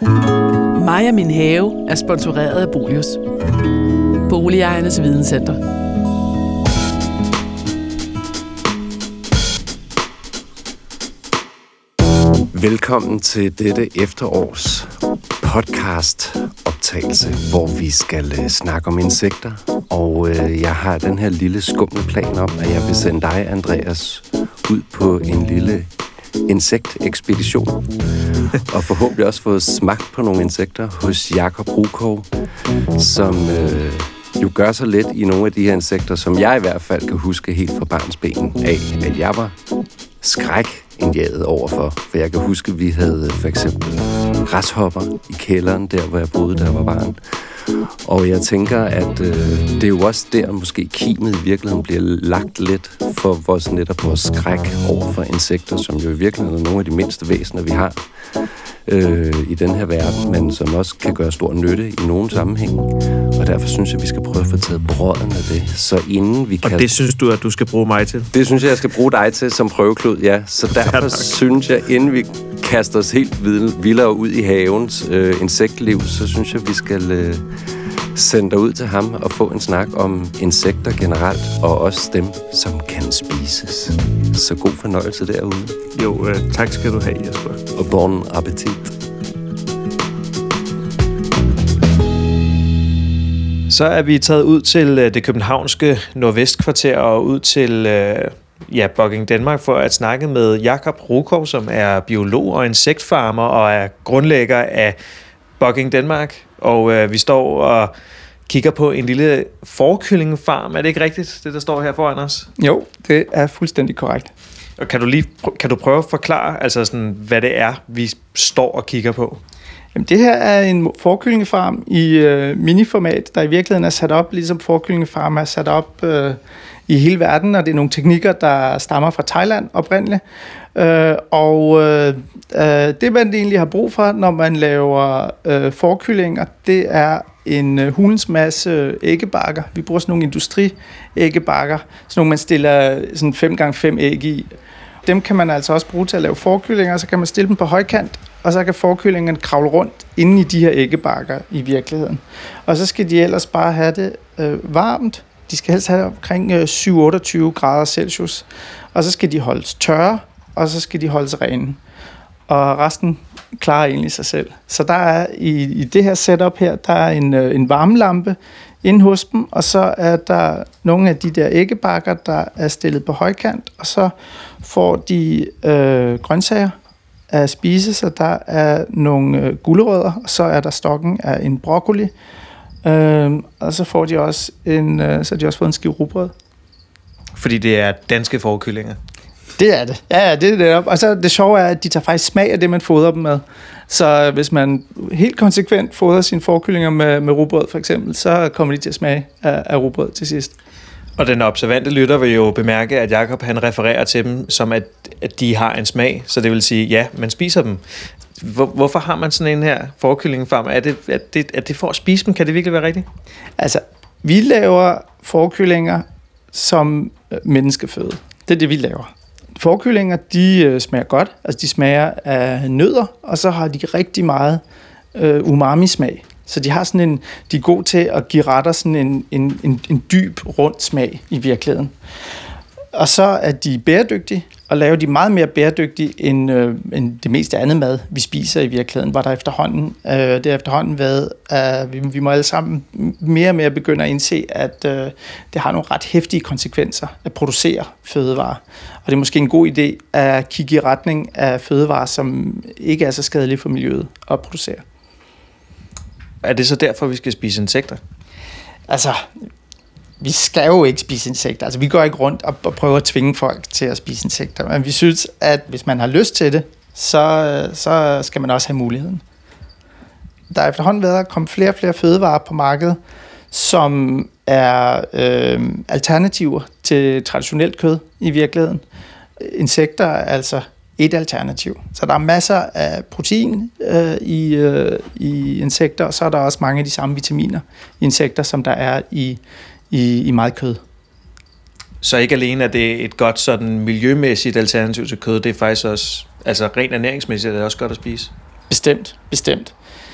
Mig og min have er sponsoreret af Bolius. Boligejernes Videnscenter. Velkommen til dette efterårs podcast-optagelse, hvor vi skal snakke om insekter. Og jeg har den her lille skumle plan om, at jeg vil sende dig, Andreas, ud på en lille insektekspedition. Og forhåbentlig også få smagt på nogle insekter hos Jakob Rukow, som jo gør så lidt i nogle af de her insekter, som jeg i hvert fald kan huske helt fra barnsben af, at jeg var skrækindjaget overfor. For jeg kan huske, at vi havde for eksempel græshopper i kælderen, der hvor jeg boede, da jeg var barn. Og jeg tænker, at det er jo også der, måske kimet i virkeligheden bliver lagt lidt for vores skræk over for insekter, som jo i virkeligheden er nogle af de mindste væsener, vi har i den her verden, men som også kan gøre stor nytte i nogle sammenhænge. Og derfor synes jeg, vi skal prøve at få taget brodden af det. Så inden vi kan... Og det synes du, at du skal bruge mig til? Det synes jeg skal bruge dig til som prøveklud, ja. Så derfor synes jeg, inden vi kaster os helt vildere ud i havens insektliv, så synes jeg, vi skal sende dig ud til ham og få en snak om insekter generelt, og også dem, som kan spises. Så god fornøjelse derude. Jo, tak skal du have, Jesper. Og bon appetit. Så er vi taget ud til det københavnske nordvestkvarter og ud til Bugging Danmark for at snakke med Jakob Rukow, som er biolog og insektfarmer og er grundlægger af Bugging Danmark. Og vi står og kigger på en lille fårekyllingefarm. Er det ikke rigtigt, det der står her foran os? Jo, det er fuldstændig korrekt. Og kan du prøve at forklare, altså sådan, hvad det er, vi står og kigger på? Jamen, det her er en fårekyllingefarm i miniformat, der i virkeligheden er sat op, ligesom fårekyllingefarm er sat op i hele verden, og det er nogle teknikker, der stammer fra Thailand oprindeligt. Det, man egentlig har brug for, når man laver fårekyllinger, det er en hulens masse æggebakker. Vi bruger sådan nogle industriæggebakker, sådan nogle, man stiller sådan 5x5 æg i. Dem kan man altså også bruge til at lave fårekyllinger, så kan man stille dem på højkant, og så kan fårekyllingerne kravle rundt inde i de her æggebakker i virkeligheden. Og så skal de ellers bare have det varmt. De skal helst have det omkring 7-28 grader Celsius. Og så skal de holdes tørre, og så skal de holdes rene. Og resten klarer egentlig sig selv. Så der er i det her setup her, der er en varmelampe inde hos dem, og så er der nogle af de der æggebakker, der er stillet på højkant, og så får de grøntsager at spise, så der er nogle gulerødder, og så er der stokken af en broccoli, og så får de også fået en skive rugbrød. Fordi det er danske fårekyllinger. Det er det. Ja, det er det. Og så det sjove er, at de tager faktisk smag af det, man fodrer dem med. Så hvis man helt konsekvent fodrer sine fårekyllinger med rugbrød for eksempel, så kommer de til at smage af rugbrød til sidst. Og den observante lytter vil jo bemærke, at Jakob han refererer til dem som, at de har en smag. Så det vil sige, ja, man spiser dem. Hvorfor har man sådan en her fårekyllingefarm? Er det for at spise dem? Kan det virkelig være rigtigt? Altså, vi laver fårekyllinger som menneskeføde. Det er det, vi laver. Fårekyllinger, de smager godt. Altså, de smager af nødder, og så har de rigtig meget umami-smag. Så de har sådan de er gode til at give retter sådan en dyb, rund smag i virkeligheden. Og så er de bæredygtige, og laver de meget mere bæredygtige end det meste andet mad, vi spiser i virkeligheden, hvor der efterhånden været, vi må alle sammen mere og mere begynde at indse, at det har nogle ret heftige konsekvenser at producere fødevarer. Og det er måske en god idé at kigge i retning af fødevarer, som ikke er så skadelige for miljøet at producere. Er det så derfor, vi skal spise insekter? Altså, vi skal jo ikke spise insekter. Altså, vi går ikke rundt og prøver at tvinge folk til at spise insekter. Men vi synes, at hvis man har lyst til det, så skal man også have muligheden. Der er efterhånden været at komme flere og flere fødevarer på markedet, som er alternativer til traditionelt kød i virkeligheden. Insekter er altså et alternativ. Så der er masser af protein i insekter, og så er der også mange af de samme vitaminer i insekter, som der er i meget kød. Så ikke alene er det et godt sådan miljømæssigt alternativ til kød, det er faktisk også, altså rent ernæringsmæssigt er det også godt at spise? Bestemt.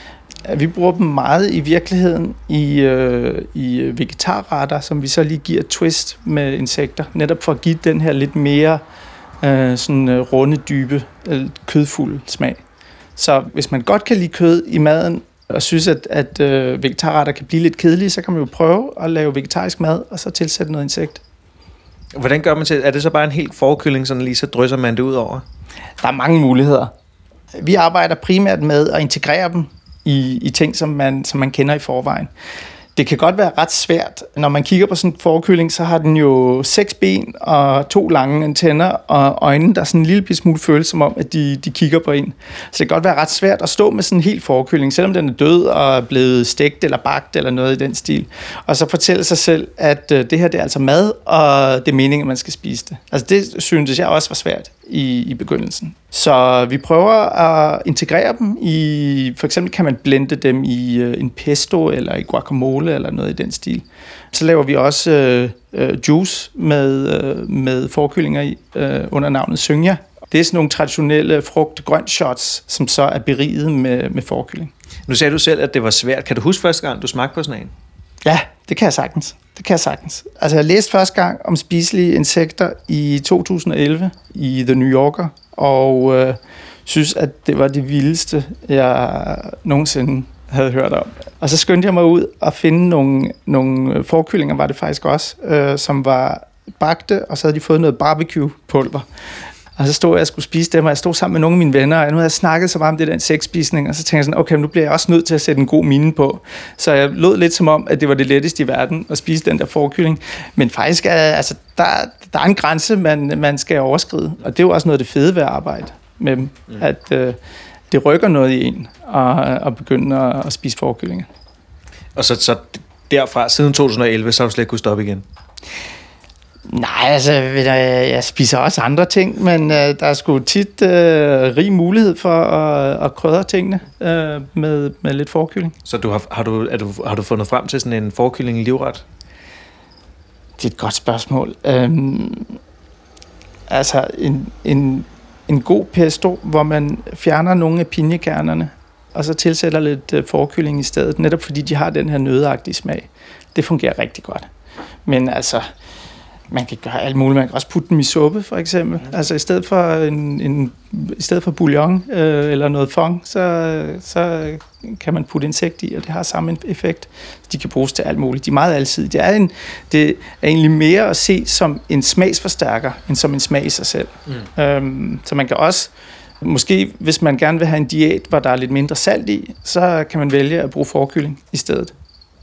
Vi bruger dem meget i virkeligheden i vegetarretter, som vi så lige giver et twist med insekter, netop for at give den her lidt mere runde, dybe, kødfuld smag. Så hvis man godt kan lide kød i maden, og synes, at vegetarretter kan blive lidt kedelige, så kan man jo prøve at lave vegetarisk mad, og så tilsætte noget insekt. Hvordan gør man til? Er det så bare en helt forkylling, sådan lige så drysser man det ud over? Der er mange muligheder. Vi arbejder primært med at integrere dem i ting, som man kender i forvejen. Det kan godt være ret svært. Når man kigger på sådan en forkylling, så har den jo 6 ben og 2 lange antenner og øjne, der er sådan en lille smule følelse som om, at de kigger på en. Så det kan godt være ret svært at stå med sådan en helt forkylling, selvom den er død og er blevet stegt eller bagt eller noget i den stil. Og så fortælle sig selv, at det her det er altså mad, og det er meningen, at man skal spise det. Altså det synes jeg også var svært i begyndelsen. Så vi prøver at integrere dem i, for eksempel kan man blende dem i en pesto eller i guacamole eller noget i den stil. Så laver vi også juice med forkyllinger i under navnet Synja. Det er sådan nogle traditionelle frugt-grønt shots, som så er beriget med forkylling. Nu sagde du selv, at det var svært. Kan du huske første gang, du smagte på sådan en? Ja, det kan jeg sagtens. Altså, jeg læste første gang om spiselige insekter i 2011 i The New Yorker, og synes, at det var det vildeste, jeg nogensinde havde hørt om. Og så skyndte jeg mig ud og finde nogle forkyllinger, var det faktisk også, som var bagte, og så havde de fået noget barbecue-pulver. Og så stod jeg og skulle spise dem, og jeg stod sammen med nogle af mine venner, og nu havde jeg snakket så meget om det der insektspisning, og så tænkte jeg sådan, okay, nu bliver jeg også nødt til at sætte en god mine på. Så jeg lød lidt som om, at det var det letteste i verden at spise den der forkylling. Men faktisk, altså, der er en grænse, man skal overskride, og det er jo også noget af det fede ved at arbejde med dem, at det rykker noget i en, og begynde at spise forkyllinger. Og så derfra, siden 2011, så har du slet ikke kunnet stoppe igen? Nej, altså, jeg spiser også andre ting, men der er sgu tit rig mulighed for at krydre tingene med lidt forkylling. Så har du fundet frem til sådan en forkylling i livret? Det er et godt spørgsmål. Altså, en god pesto, hvor man fjerner nogle af pinjekernerne, og så tilsætter lidt forkylling i stedet, netop fordi de har den her nøddeagtige smag. Det fungerer rigtig godt. Men altså, man kan gøre alt muligt. Man kan også putte dem i suppe, for eksempel. Altså, i stedet for bouillon eller noget fond, så kan man putte insekt i, og det har samme effekt. De kan bruges til alt muligt. De er meget alsidige. Det er egentlig mere at se som en smagsforstærker, end som en smag i sig selv. Så man kan også, måske hvis man gerne vil have en diæt, hvor der er lidt mindre salt i, så kan man vælge at bruge forkylling i stedet.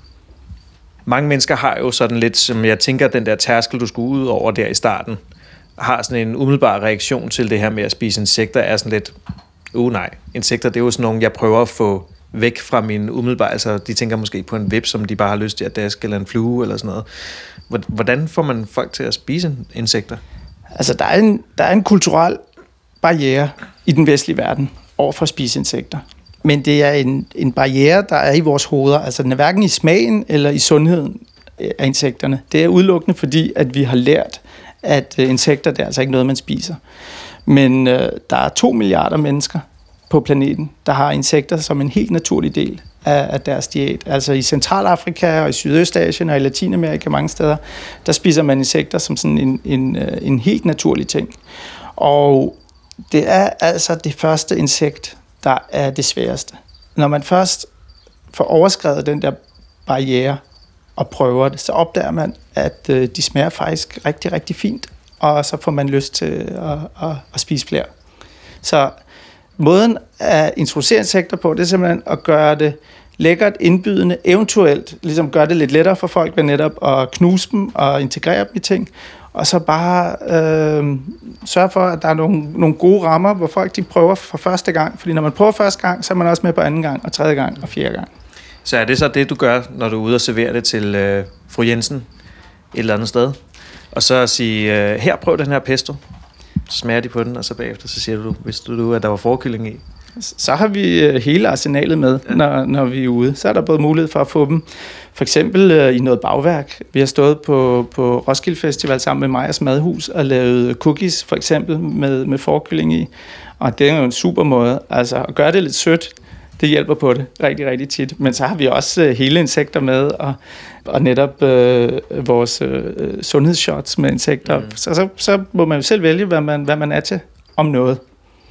Mange mennesker har jo sådan lidt, som jeg tænker, den der tærskel, du skulle ud over der i starten, har sådan en umiddelbar reaktion til det her med at spise insekter, er sådan lidt, nej, insekter, det er jo sådan nogle, jeg prøver at få væk fra min umiddelbare, altså de tænker måske på en vip, som de bare har lyst til at daske, eller en flue, eller sådan noget. Hvordan får man folk til at spise insekter? Altså, der er en kulturel barriere i den vestlige verden over for at spise insekter. Men det er en barriere, der er i vores hoveder. Altså, den er hverken i smagen eller i sundheden af insekterne. Det er udelukkende fordi, at vi har lært, at insekter, det er altså ikke noget, man spiser. Men der er 2 milliarder mennesker på planeten, der har insekter som en helt naturlig del af deres diæt. Altså i Centralafrika og i Sydøstasien og i Latinamerika mange steder, der spiser man insekter som sådan en helt naturlig ting. Og det er altså det første insekt, der er det sværeste. Når man først får overskredet den der barriere og prøver det, så opdager man, at de smager faktisk rigtig, rigtig fint, og så får man lyst til at spise flere. Så måden at introducere insekter på, det er simpelthen at gøre det lækkert, indbydende, eventuelt ligesom gøre det lidt lettere for folk ved netop at knuse dem og integrere dem i ting, og så bare sørge for, at der er nogle gode rammer, hvor folk de prøver for første gang. Fordi når man prøver første gang, så er man også med på anden gang, og tredje gang, og fjerde gang. Så er det så det, du gør, når du er ude og servere det til fru Jensen et eller andet sted? Og så sige, her, prøv den her pesto. Så smager de på den, og så bagefter, så siger du, vidste du, at der var forkylling i? Så har vi hele arsenalet med, når vi er ude. Så er der både mulighed for at få dem, for eksempel i noget bagværk. Vi har stået på Roskilde Festival sammen med Meyers Madhus og lavet cookies, for eksempel, med forkylling i. Og det er jo en super måde. Altså, at gøre det lidt sødt, Det hjælper på det rigtig, rigtig tit. Men så har vi også hele insekter med, og netop vores sundhedsshots med insekter. Så må man jo selv vælge, hvad man er til om noget.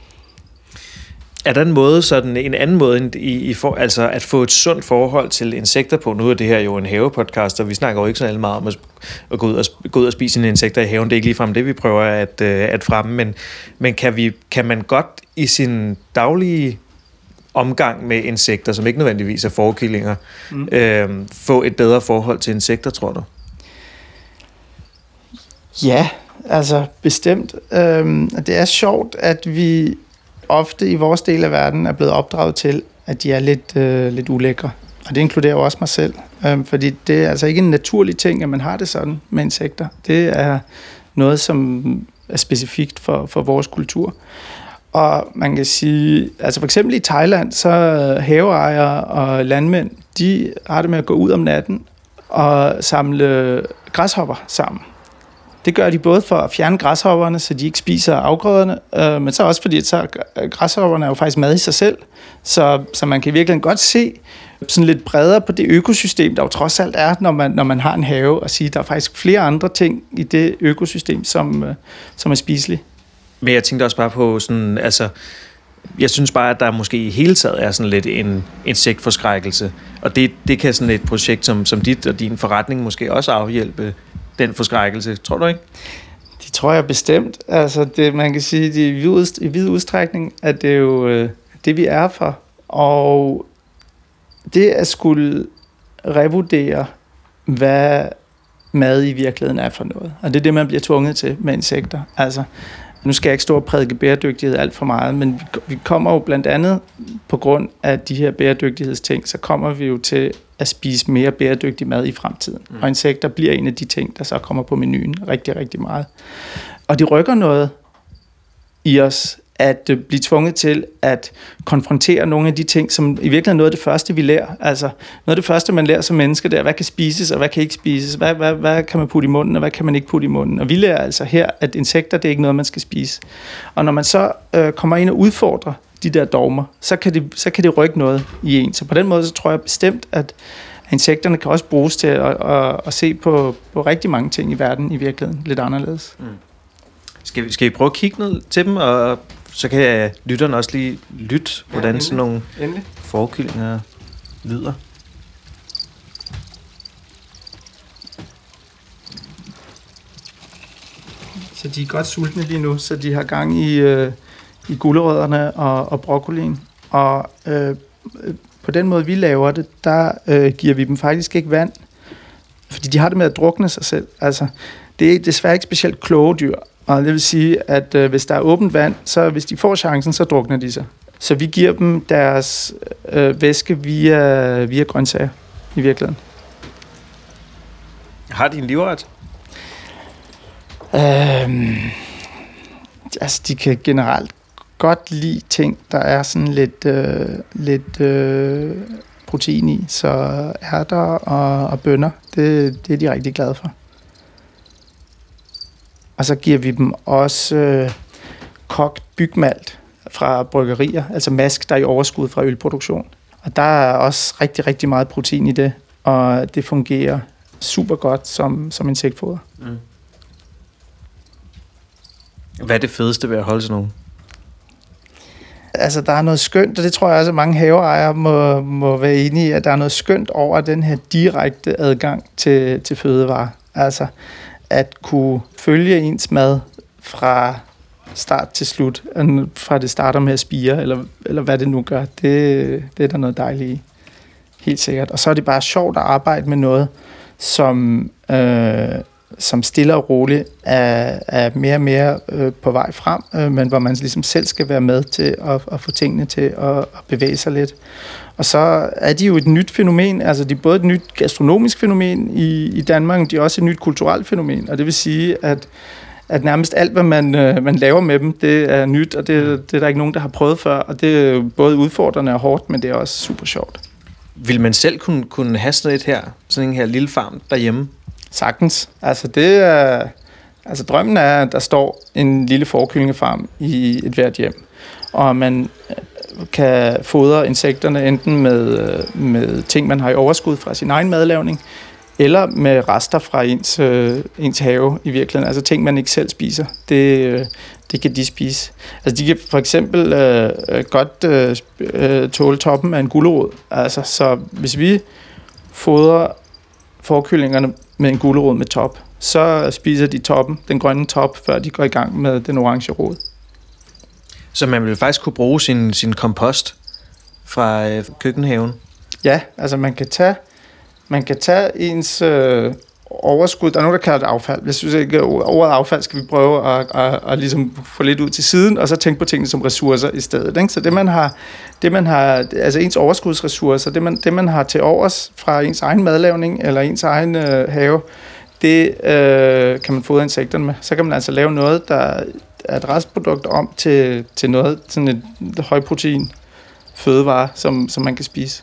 Er der en måde, sådan en anden måde, altså at få et sundt forhold til insekter på? Nu er det her jo en havepodcast, og vi snakker jo ikke så meget om at gå ud og spise sine insekter i haven. Det er ikke ligefrem det, vi prøver at fremme, men kan man godt i sin daglige omgang med insekter, som ikke nødvendigvis er fårekyllinger, få et bedre forhold til insekter, tror du? Ja, altså bestemt. Det er sjovt, at vi ofte i vores del af verden er blevet opdraget til, at de er lidt ulækre. Og det inkluderer jo også mig selv. Fordi det er altså ikke en naturlig ting, at man har det sådan med insekter. Det er noget, som er specifikt for vores kultur. Og man kan sige, altså for eksempel i Thailand, så haveejere og landmænd, de har det med at gå ud om natten og samle græshopper sammen. Det gør de både for at fjerne græshopperne, så de ikke spiser afgrøderne, men så også fordi, at græshopperne er jo faktisk mad i sig selv. Så man kan virkelig godt se sådan lidt bredere på det økosystem, der jo trods alt er, når man har en have, og sige, at der er faktisk flere andre ting i det økosystem, som er spiselige. Men jeg tænkte også bare på sådan, altså, jeg synes bare, at der måske i hele taget er sådan lidt en insektforskrækkelse, og det kan sådan et projekt som dit og din forretning måske også afhjælpe den forskrækkelse, tror du ikke? Det tror jeg bestemt. Altså, man kan sige, at i vid udstrækning, at det er jo det, vi er for. Og det at skulle revurdere, hvad mad i virkeligheden er for noget. Og det er det, man bliver tvunget til med insekter. Altså, nu skal jeg ikke stå og prædike bæredygtighed alt for meget, men vi kommer jo blandt andet på grund af de her bæredygtighedsting, så kommer vi jo til at spise mere bæredygtig mad i fremtiden. Og insekter bliver en af de ting, der så kommer på menuen rigtig, rigtig meget. Og det rykker noget i os, at blive tvunget til at konfrontere nogle af de ting, som i virkeligheden er noget af det første, vi lærer. Altså, noget af det første, man lærer som menneske, det er, hvad kan spises, og hvad kan ikke spises? Hvad kan man putte i munden, og hvad kan man ikke putte i munden? Og vi lærer altså her, at insekter, det er ikke noget, man skal spise. Og når man så kommer ind og udfordrer de der dogmer, så kan det rykke noget i en. Så på den måde, så tror jeg bestemt, at insekterne kan også bruges til at se på rigtig mange ting i verden i virkeligheden lidt anderledes. Skal vi prøve at kigge ned til dem, og så kan lytterne også lige lytte, hvordan sådan nogle fårekyllinger lyder. Så de er godt sultne lige nu, så de har gang i gulerødderne og broccolien. Og på den måde, vi laver det, der giver vi dem faktisk ikke vand, fordi de har det med at drukne sig selv. Altså, det er desværre ikke specielt kloge dyr. Og det vil sige, at hvis der er åbent vand, så hvis de får chancen, så drukner de sig. Så vi giver dem deres væske via grøntsager i virkeligheden. Har de en livret? Altså, de kan generelt godt lide ting, der er sådan lidt protein i. Så ærter og bønner, det er de rigtig glade for. Og så giver vi dem også kogt bygmalt fra bryggerier, altså mask, der er i overskud fra ølproduktion. Og der er også rigtig, rigtig meget protein i det, og det fungerer super godt som insektfoder. Hvad er det fedeste ved at holde sådan nogle? Altså, der er noget skønt, og det tror jeg også, at mange haveejere må være enige i, at der er noget skønt over den her direkte adgang til fødevarer. Altså, at kunne følge ens mad fra start til slut, fra det starter med at spire, eller hvad det nu gør, det er der noget dejligt i. Helt sikkert. Og så er det bare sjovt at arbejde med noget, som stille og roligt er mere og mere på vej frem, men hvor man ligesom selv skal være med til at få tingene til at bevæge sig lidt. Og så er de jo et nyt fænomen, altså de er både et nyt gastronomisk fænomen i Danmark, men de er også et nyt kulturelt fænomen, og det vil sige, at nærmest alt, hvad man laver med dem, det er nyt, og det er der ikke nogen, der har prøvet før, og det er både udfordrende og hårdt, men det er også super sjovt. Vil man selv kunne have sådan et her, sådan en her lille farm derhjemme? Sagtens. Altså drømmen er, at der står en lille fårekyllingefarm i et hvert hjem, og man kan fodre insekterne enten med ting, man har i overskud fra sin egen madlavning, eller med rester fra ens have i virkeligheden. Altså ting, man ikke selv spiser. Det kan de spise. Altså de kan for eksempel godt tåle toppen af en gulerod. Altså, så hvis vi fodrer fårekyllingerne med en gulerod med top, så spiser de toppen, den grønne top, før de går i gang med den orange rod. Så man vil faktisk kunne bruge sin kompost fra køkkenhaven? Ja, altså man kan tage ens overskud. Der er nogen, der kalder det affald. Jeg synes ikke, ordet affald skal vi prøve at ligesom få lidt ud til siden, og så tænke på tingene som ressourcer i stedet. Ikke? Så det man har, altså ens overskudsressourcer, det man har til overs fra ens egen madlavning eller ens egen have, det kan man fodre insekterne med. Så kan man altså lave noget, der er et restprodukt om til noget, sådan et højprotein fødevare, som man kan spise.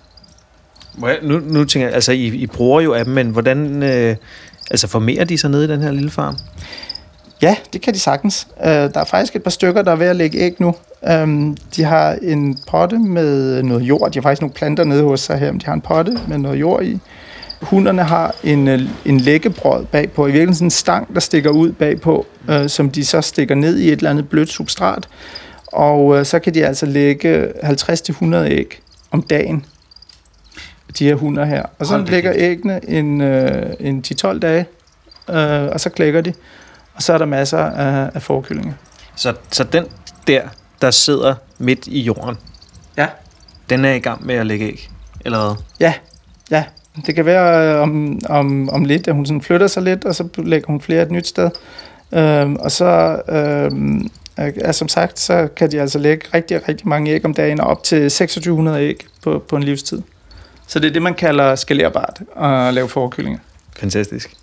Nu tænker jeg, altså I bruger jo af dem, men hvordan formerer de sig nede i den her lille farm? Ja, det kan de sagtens. Der er faktisk et par stykker, der er ved at lægge æg nu. De har en potte med noget jord. De har faktisk nogle planter nede hos sig her, men de har en potte med noget jord i. Hunderne har en læggebrød bagpå, i virkeligheden sådan en stang, der stikker ud bagpå, som de så stikker ned i et eller andet blødt substrat. Og så kan de altså lægge 50-100 æg om dagen, de her hunder her. Og så lægger æggene en 10-12 dage, og så klækker de. Og så er der masser af fårekyllinger. Så den der sidder midt i jorden, ja, den er i gang med at lægge æg, eller hvad? Ja. Det kan være om lidt, at hun sådan flytter sig lidt, og så lægger hun flere et nyt sted. Og så, som sagt, så kan de altså lægge rigtig, rigtig mange æg om dagen, og op til 2600 æg på en livstid. Så det er det, man kalder skalerbart at lave fårekyllinger. Fantastisk.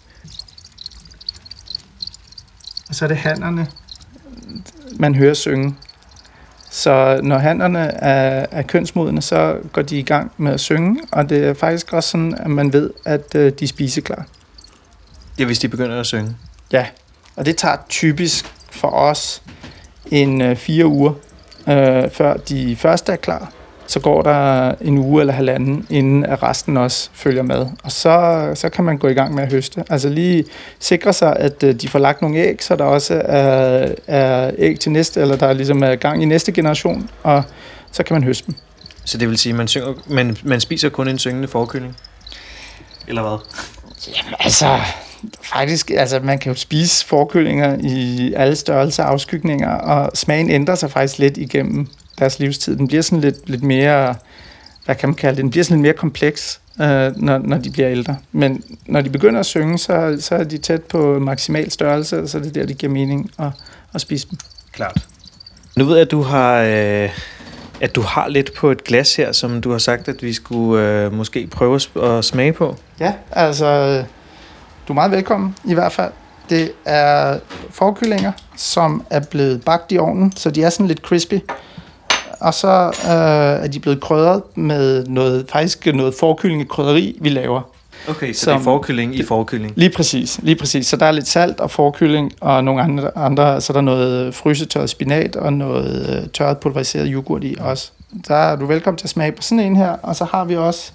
Og så er det hannerne, man hører synge. Så når hannerne er kønsmodne, så går de i gang med at synge, og det er faktisk også sådan, at man ved, at de er spiseklar. Det er, hvis de begynder at synge? Ja, og det tager typisk for os 4 uger, før de første er klar. Så går der en uge eller halvanden, inden at resten også følger med. Og så kan man gå i gang med at høste. Altså lige sikre sig, at de får lagt nogle æg, så der også er æg til næste, eller der ligesom er gang i næste generation, og så kan man høste dem. Så det vil sige, at man spiser kun en syngende fårekylling? Eller hvad? Jamen altså, faktisk, man kan jo spise fårekyllinger i alle størrelser og afskygninger, og smagen ændrer sig faktisk lidt igennem deres livstid. Den bliver sådan lidt mere, hvad kan man kalde det, den bliver sådan lidt mere kompleks, når de bliver ældre. Men når de begynder at synge, så er de tæt på maksimal størrelse, og så er det der, det giver mening at spise dem. Klart. Nu ved jeg, at du har lidt på et glas her, som du har sagt, at vi skulle måske prøve at smage på. Ja, altså, du er meget velkommen i hvert fald. Det er fårekyllinger, som er blevet bagt i ovnen, så de er sådan lidt crispy. Og så er de blevet krydret med noget fårekyllingekrydderi, vi laver. Okay, så det er fårekylling i fårekylling. Lige præcis. Så der er lidt salt og fårekylling og nogle andre, så der er noget frysetørret spinat og noget tørret pulveriseret yoghurt i også. Der er du velkommen til at smage på sådan en her, og så har vi også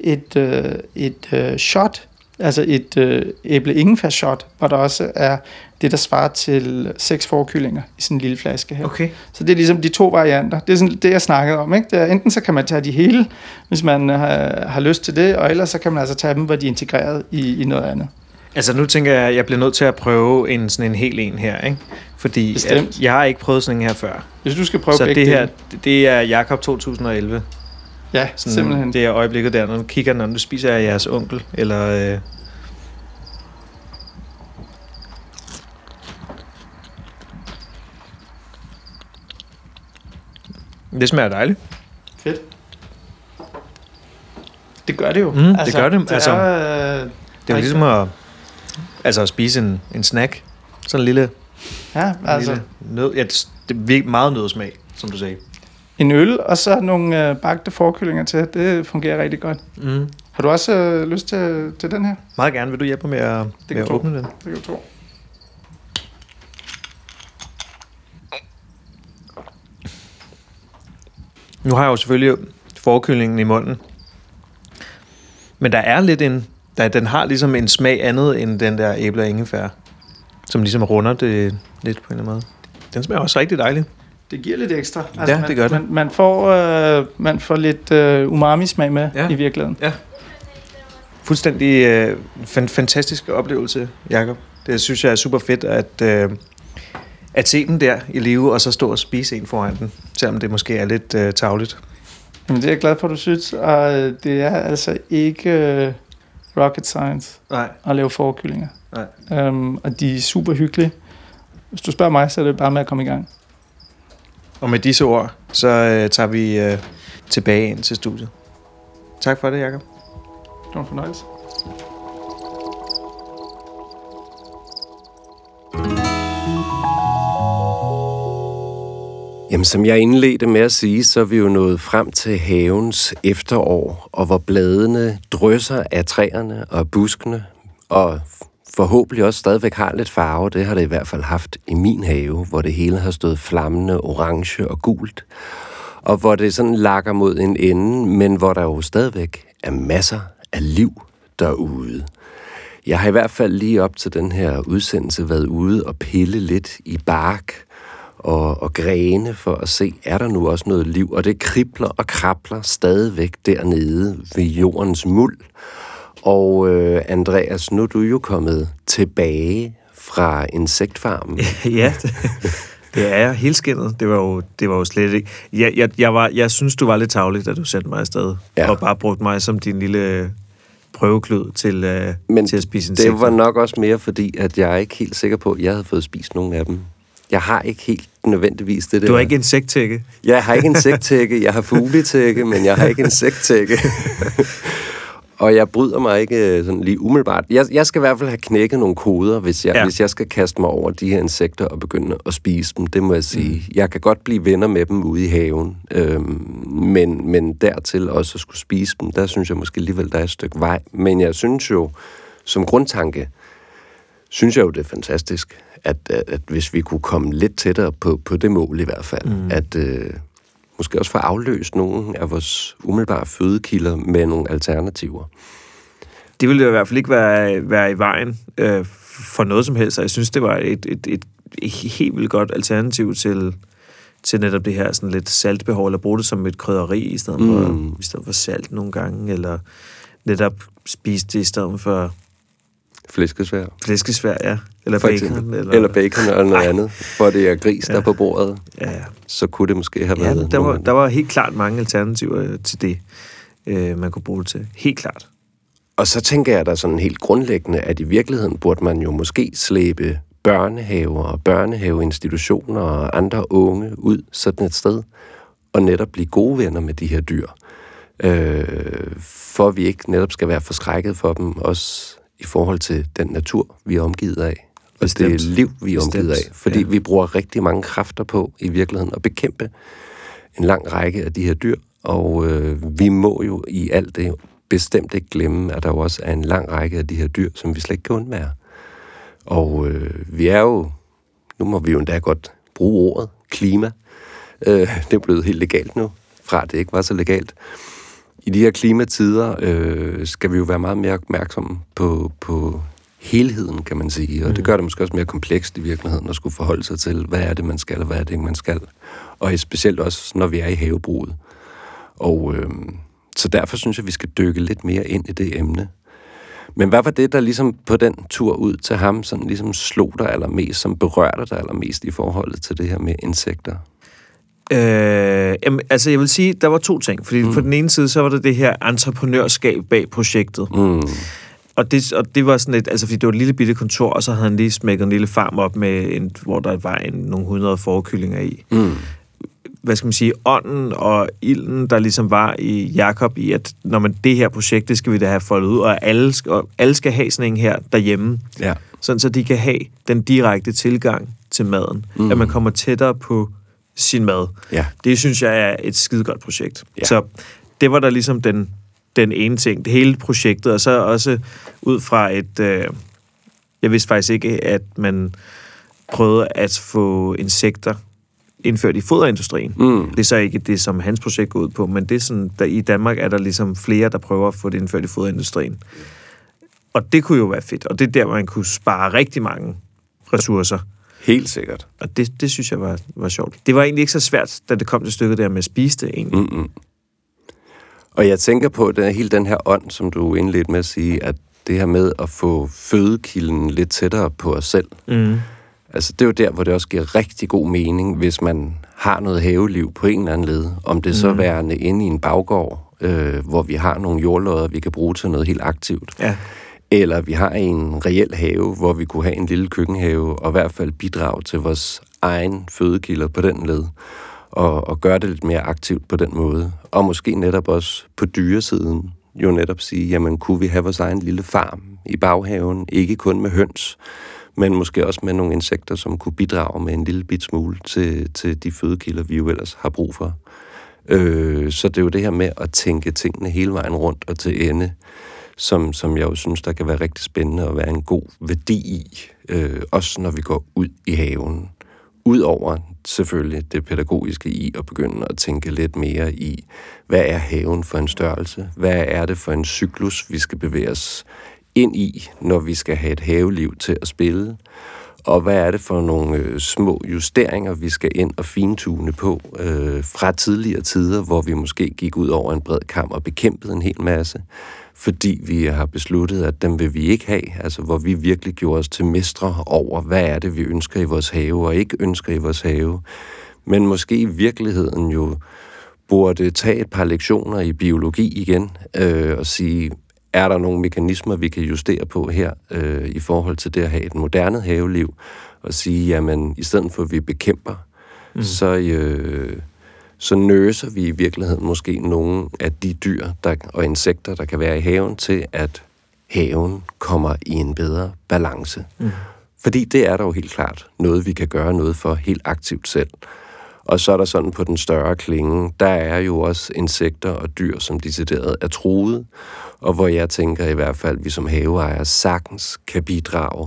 et shot, altså et æble-ingefær-shot, hvor der også er det, der svarer til 6 fårekyllinger i sådan en lille flaske her. Okay. Så det er ligesom de 2 varianter. Det er sådan det, jeg snakkede om. Ikke? Det er, enten så kan man tage de hele, hvis man har lyst til det, og ellers så kan man altså tage dem, hvor de er integreret i noget andet. Altså nu tænker jeg, at jeg bliver nødt til at prøve sådan en hel en her, ikke? Fordi jeg har ikke prøvet sådan en her før. Hvis du skal prøve så begge det her, det er Jakob 2011. Ja, sådan, simpelthen. Det er øjeblikket der, når du kigger, når du spiser af jeres onkel, eller... Det smager dejligt. Fedt. Det gør det jo. Det gør det. Det er jo ligesom at spise en snack. Sådan en lille... Ja, altså... det er meget nødsmag, som du sagde. En øl, og så nogle bagte fårekyllinger til. Det fungerer rigtig godt. Mm. Har du også lyst til den her? Meget gerne. Vil du hjælpe med at åbne den? Det kan du tro. Nu har jeg jo selvfølgelig forkyllingen i munden. Men der er lidt den har ligesom en smag andet end den der æble og ingefær, som ligesom runder det lidt på en eller anden måde. Den smager også rigtig dejligt. Det giver lidt ekstra. Ja, det gør det. Man får lidt umami-smag med i virkeligheden. Ja. Fuldstændig fantastisk oplevelse, Jakob. Det synes jeg er super fedt, at se den der i live, og så stå og spise en foran den, selvom det måske er lidt tarveligt. Jamen, det er jeg glad for, du synes, og det er altså ikke rocket science at lave forkyllinger. Nej. Og de er super hyggelige. Hvis du spørger mig, så er det bare med at komme i gang. Og med disse ord, så tager vi tilbage ind til studiet. Tak for det, Jakob. Det var en fornøjelse. Jamen, som jeg indledte med at sige, så er vi jo nået frem til havens efterår, og hvor bladene drysser af træerne og buskene, og forhåbentlig også stadigvæk har lidt farve. Det har det i hvert fald haft i min have, hvor det hele har stået flammende, orange og gult, og hvor det sådan lakker mod en ende, men hvor der jo stadigvæk er masser af liv derude. Jeg har i hvert fald lige op til den her udsendelse været ude og pille lidt i bark og grene for at se, er der nu også noget liv? Og det kribler og krabler stadigvæk dernede ved jordens muld. Og Andreas, nu er du jo kommet tilbage fra insektfarmen. Ja, det er jeg helt skindet. Det var jo slet ikke. Jeg synes, du var lidt tarvelig, da du sendte mig afsted. Ja. Og bare brugte mig som din lille prøveklud til at spise insekter. Det var nok også mere, fordi at jeg er ikke helt sikker på, at jeg havde fået spist nogen af dem. Jeg har ikke helt nødvendigvis det der. Du har ikke insekttække? Jeg har ikke insekttække. Jeg har fugletække, men jeg har ikke insekttække. Og jeg bryder mig ikke sådan lige umiddelbart. Jeg skal i hvert fald have knækket nogle koder, hvis jeg skal kaste mig over de her insekter og begynde at spise dem. Det må jeg sige. Jeg kan godt blive venner med dem ude i haven, men dertil også at skulle spise dem, der synes jeg måske alligevel, der er et stykke vej. Men jeg synes jo, som grundtanke, synes jeg jo, det er fantastisk, at hvis vi kunne komme lidt tættere på det mål i hvert fald, at måske også få afløst nogle af vores umiddelbare fødekilder med nogle alternativer. Det ville i hvert fald ikke være i vejen for noget som helst, og jeg synes, det var et helt vildt godt alternativ til netop det her sådan lidt saltbehov, eller bruge det som et krydderi i stedet for salt nogle gange, eller netop spise det i stedet for Flæskesvær, ja. Eller bacon. Eller bacon eller noget andet, hvor det er gris, der på bordet. Ja. Så kunne det måske have været... Der var helt klart mange alternativer til det, man kunne bruge det til. Helt klart. Og så tænker jeg da sådan helt grundlæggende, at i virkeligheden burde man jo måske slæbe børnehaver og børnehaveinstitutioner og andre unge ud sådan et sted, og netop blive gode venner med de her dyr. For vi ikke netop skal være forskrækket for dem, også i forhold til den natur, vi er omgivet af, og det liv, vi er omgivet af. Fordi vi bruger rigtig mange kræfter på i virkeligheden at bekæmpe en lang række af de her dyr, og vi må jo i alt det bestemt ikke glemme, at der jo også er en lang række af de her dyr, som vi slet ikke kan undvære. Og vi er jo, nu må vi jo endda godt bruge ordet, klima. Det er blevet helt legalt nu, fra det ikke var så legalt. I de her klimatider skal vi jo være meget mere opmærksomme på helheden, kan man sige. Og det gør det måske også mere komplekst i virkeligheden at skulle forholde sig til, hvad er det, man skal, og hvad er det ikke, man skal. Og specielt også, når vi er i havebruget. Og så derfor synes jeg, vi skal dykke lidt mere ind i det emne. Men hvad var det, der ligesom på den tur ud til ham, sådan ligesom slog dig allermest, som berørte dig allermest i forholdet til det her med insekter? Altså jeg vil sige, der var to ting. Fordi på den ene side, så var der det her entreprenørskab bag projektet. Og det var sådan et, altså fordi det var et lille bitte kontor, og så havde han lige smækket en lille farm op med hvor der var nogle 100 forkyllinger i. Hvad skal man sige, ånden og ilden, der ligesom var i Jakob i, at når man det her projekt, det skal vi da have foldet ud, og alle skal have sådan en her derhjemme. Ja. Sådan så de kan have den direkte tilgang til maden. At man kommer tættere på sin mad. Ja. Det synes jeg er et skidegodt projekt. Ja. Så det var der ligesom den ene ting, det hele projektet, og så også ud fra et... jeg vidste faktisk ikke, at man prøvede at få insekter indført i foderindustrien. Det er så ikke det, som hans projekt går ud på, men det er sådan, der i Danmark er der ligesom flere, der prøver at få det indført i foderindustrien. Og det kunne jo være fedt, og det er der, hvor man kunne spare rigtig mange ressourcer. Helt sikkert. Og det synes jeg var sjovt. Det var egentlig ikke så svært, da det kom til stykket der med at spise det egentlig. Og jeg tænker på, at hele den her ånd, som du indledte med at sige, at det her med at få fødekilden lidt tættere på os selv, altså det er jo der, hvor det også giver rigtig god mening, hvis man har noget haveliv på en eller anden led. Om det så værende inde i en baggård, hvor vi har nogle jordlodder, vi kan bruge til noget helt aktivt. Ja. Eller vi har en reel have, hvor vi kunne have en lille køkkenhave, og i hvert fald bidrage til vores egen fødekilder på den led, og gøre det lidt mere aktivt på den måde. Og måske netop også på dyresiden, jo netop sige, jamen kunne vi have vores egen lille farm i baghaven, ikke kun med høns, men måske også med nogle insekter, som kunne bidrage med en lille bit smule til de fødekilder, vi jo ellers har brug for. Så det er jo det her med at tænke tingene hele vejen rundt og til ende, som jeg jo synes, der kan være rigtig spændende og være en god værdi i, også når vi går ud i haven. Udover selvfølgelig det pædagogiske i at begynde at tænke lidt mere i, hvad er haven for en størrelse? Hvad er det for en cyklus, vi skal bevæge os ind i, når vi skal have et haveliv til at spille? Og hvad er det for nogle små justeringer, vi skal ind og fintune på fra tidligere tider, hvor vi måske gik ud over en bred kam og bekæmpede en hel masse, fordi vi har besluttet, at dem vil vi ikke have, altså hvor vi virkelig gjorde os til mestre over, hvad er det, vi ønsker i vores have og ikke ønsker i vores have. Men måske i virkeligheden jo burde tage et par lektioner i biologi igen og sige, er der nogle mekanismer, vi kan justere på her i forhold til det at have et moderne haveliv, og sige, jamen i stedet for at vi bekæmper, så nøser vi i virkeligheden måske nogle af de dyr og insekter, der kan være i haven, til at haven kommer i en bedre balance. Fordi det er der jo helt klart noget, vi kan gøre noget for helt aktivt selv. Og så er der sådan på den større klinge, der er jo også insekter og dyr, som decideret er truet, og hvor jeg tænker i hvert fald, at vi som haveejere sagtens kan bidrage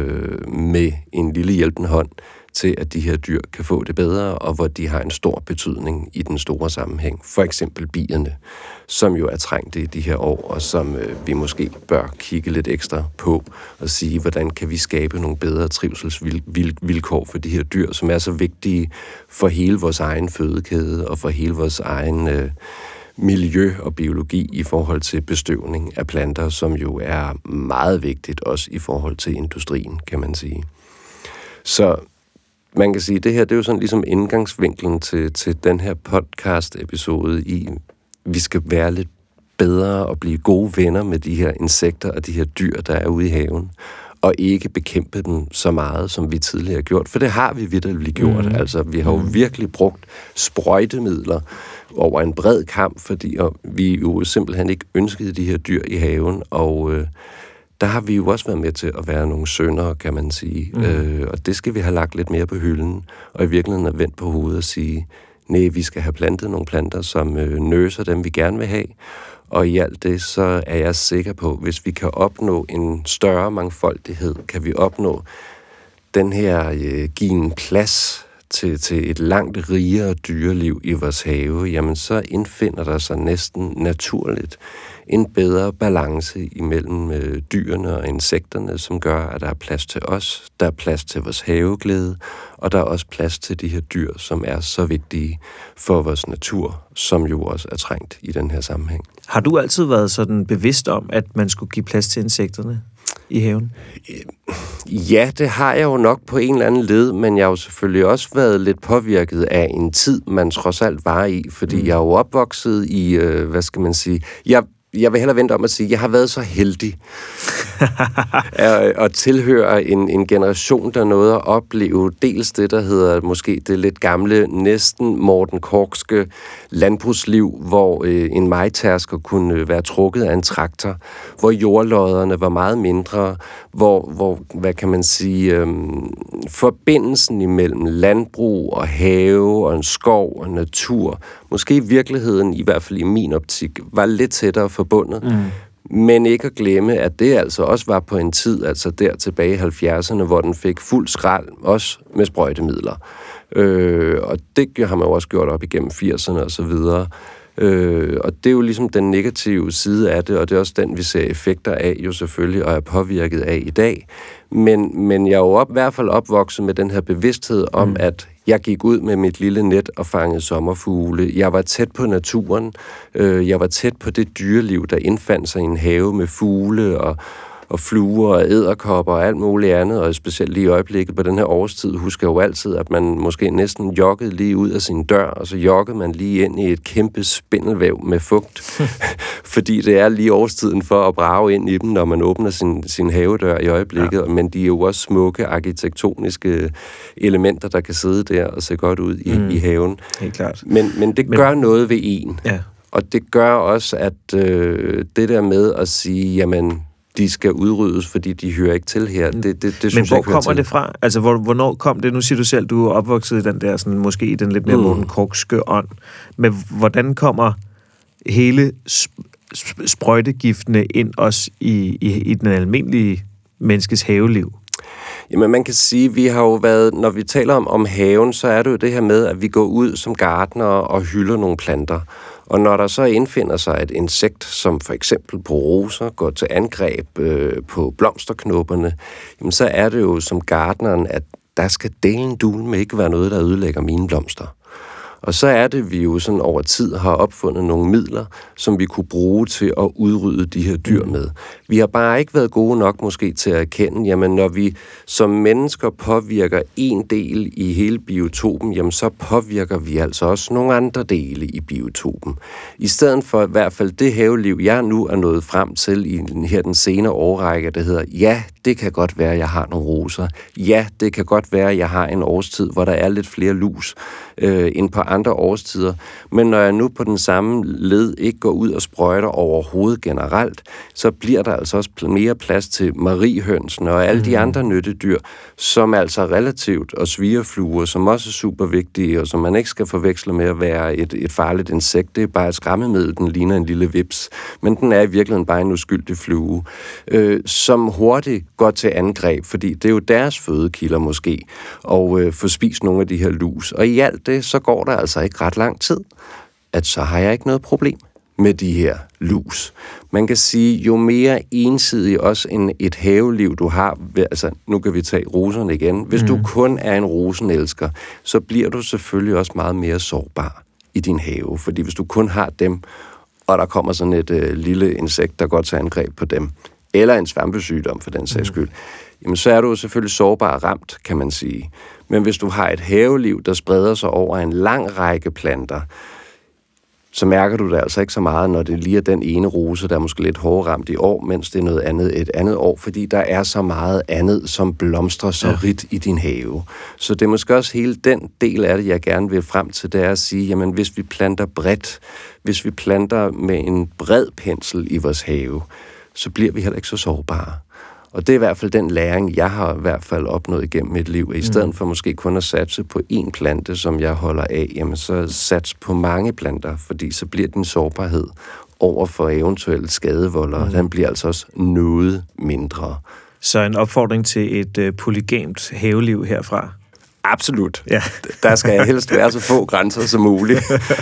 med en lille hjælpende hånd til, at de her dyr kan få det bedre, og hvor de har en stor betydning i den store sammenhæng. For eksempel bierne, som jo er trængte i de her år, og som vi måske bør kigge lidt ekstra på og sige, hvordan kan vi skabe nogle bedre trivselsvilkår for de her dyr, som er så vigtige for hele vores egen fødekæde og for hele vores egen miljø og biologi i forhold til bestøvning af planter, som jo er meget vigtigt også i forhold til industrien, kan man sige. Så man kan sige, at det her det er jo sådan ligesom indgangsvinklen til den her podcast-episode i, vi skal være lidt bedre og blive gode venner med de her insekter og de her dyr, der er ude i haven, og ikke bekæmpe dem så meget, som vi tidligere har gjort. For det har vi vitterligt gjort. Altså, vi har jo virkelig brugt sprøjtemidler over en bred kamp, fordi vi jo simpelthen ikke ønskede de her dyr i haven, og der har vi jo også været med til at være nogle syndere, kan man sige. Og det skal vi have lagt lidt mere på hylden, og i virkeligheden er vendt på hovedet og sige, nej, vi skal have plantet nogle planter, som nøser dem, vi gerne vil have. Og i alt det, så er jeg sikker på, hvis vi kan opnå en større mangfoldighed, kan vi opnå den her give en plads til et langt rigere dyreliv i vores have, jamen så indfinder der sig næsten naturligt en bedre balance imellem dyrene og insekterne, som gør, at der er plads til os, der er plads til vores haveglæde, og der er også plads til de her dyr, som er så vigtige for vores natur, som jo også er trængt i den her sammenhæng. Har du altid været sådan bevidst om, at man skulle give plads til insekterne i haven? Ja, det har jeg jo nok på en eller anden led, men jeg har jo selvfølgelig også været lidt påvirket af en tid, man trods alt var i, fordi jeg er jo opvokset i, hvad skal man sige, jeg vil hellere vente om at sige, at jeg har været så heldig at tilhøre en generation, der nåede at opleve dels det, der hedder måske det lidt gamle, næsten Morten Korkske landbrugsliv, hvor en majtærsker kunne være trukket af en traktor, hvor jordlodderne var meget mindre, hvor hvad kan man sige, forbindelsen imellem landbrug og have og en skov og natur, måske i virkeligheden, i hvert fald i min optik, var lidt tættere forbundet. Men ikke at glemme, at det altså også var på en tid, altså der tilbage i 70'erne, hvor den fik fuld skrald, også med sprøjtemidler. Og det har man jo også gjort op igennem 80'erne og så videre. Og det er jo ligesom den negative side af det, og det er også den, vi ser effekter af jo selvfølgelig, og er påvirket af i dag. Men jeg er jo i hvert fald opvokset med den her bevidsthed om, at jeg gik ud med mit lille net og fangede sommerfugle. Jeg var tæt på naturen. Jeg var tæt på det dyreliv, der indfandt sig i en have med fugle og fluer og edderkopper og alt muligt andet, og specielt lige i øjeblikket på den her årstid, husker jeg jo altid, at man måske næsten joggede lige ud af sin dør, og så joggede man lige ind i et kæmpe spindelvæv med fugt, fordi det er lige årstiden for at brage ind i dem, når man åbner sin havedør i øjeblikket, ja. Men de er jo også smukke arkitektoniske elementer, der kan sidde der og se godt ud i haven. Helt klart. Men det gør noget ved en, og det gør også, at det der med at sige, jamen, de skal udryddes, fordi de hører ikke til her. Det synes men hvor jeg kommer det fra? Altså, hvornår kom det? Nu siger du selv, du er opvokset i den der, sådan, måske i den lidt mere Morten Korkske ånd. Men hvordan kommer hele sprøjtegiftene ind også i den almindelige menneskes haveliv? Jamen, man kan sige, vi har jo været, når vi taler om haven, så er det jo det her med, at vi går ud som gartnere og hylder nogle planter. Og når der så indfinder sig et insekt, som for eksempel på roser, går til angreb på blomsterknopperne, jamen så er det jo som gartneren, at der skal delen dule med ikke være noget, der ødelægger mine blomster. Og så er det, vi jo sådan over tid har opfundet nogle midler, som vi kunne bruge til at udrydde de her dyr med. Vi har bare ikke været gode nok måske til at erkende, jamen når vi som mennesker påvirker en del i hele biotopen, jamen så påvirker vi altså også nogle andre dele i biotopen. I stedet for i hvert fald det haveliv, jeg nu er nået frem til i den senere årrække, der hedder, ja, det kan godt være, at jeg har nogle roser. Ja, det kan godt være, at jeg har en årstid, hvor der er lidt flere lus end på andre årstider. Men når jeg nu på den samme led ikke går ud og sprøjter overhovedet generelt, så bliver der altså også mere plads til mariehønsene og alle de andre nyttedyr, som altså er relativt, og svigerfluer, som også er super vigtige, og som man ikke skal forveksle med at være et farligt insekt. Det er bare et skræmmemiddel, den ligner en lille vips. Men den er i virkeligheden bare en uskyldig flue, som hurtigt går til angreb, fordi det er jo deres fødekilder måske, og få spist nogle af de her lus. Og i alt det, så går der altså ikke ret lang tid, at så har jeg ikke noget problem med de her lus. Man kan sige, jo mere ensidig også end et haveliv du har, altså nu kan vi tage roserne igen, hvis du kun er en rosenelsker, så bliver du selvfølgelig også meget mere sårbar i din have, fordi hvis du kun har dem, og der kommer sådan et lille insekt, der går til angreb på dem, eller en svampesygdom for den sags skyld, jamen så er du jo selvfølgelig sårbar ramt, kan man sige. Men hvis du har et haveliv, der spreder sig over en lang række planter, så mærker du det altså ikke så meget, når det lige er den ene rose, der er måske lidt hårdere ramt i år, mens det er noget andet et andet år, fordi der er så meget andet, som blomstrer så rigt i din have. Så det er måske også hele den del af det, jeg gerne vil frem til, det er at sige, jamen hvis vi planter bredt, hvis vi planter med en bred pensel i vores have, så bliver vi heller ikke så sårbare. Og det er i hvert fald den læring, jeg har i hvert fald opnået igennem mit liv. I stedet for måske kun at satse på én plante, som jeg holder af, jamen så sats på mange planter, fordi så bliver din sårbarhed over for eventuelle skadevoldere, den bliver altså også noget mindre. Så en opfordring til et polygamt haveliv herfra? Absolut. Ja. Der skal helst være så få grænser som muligt.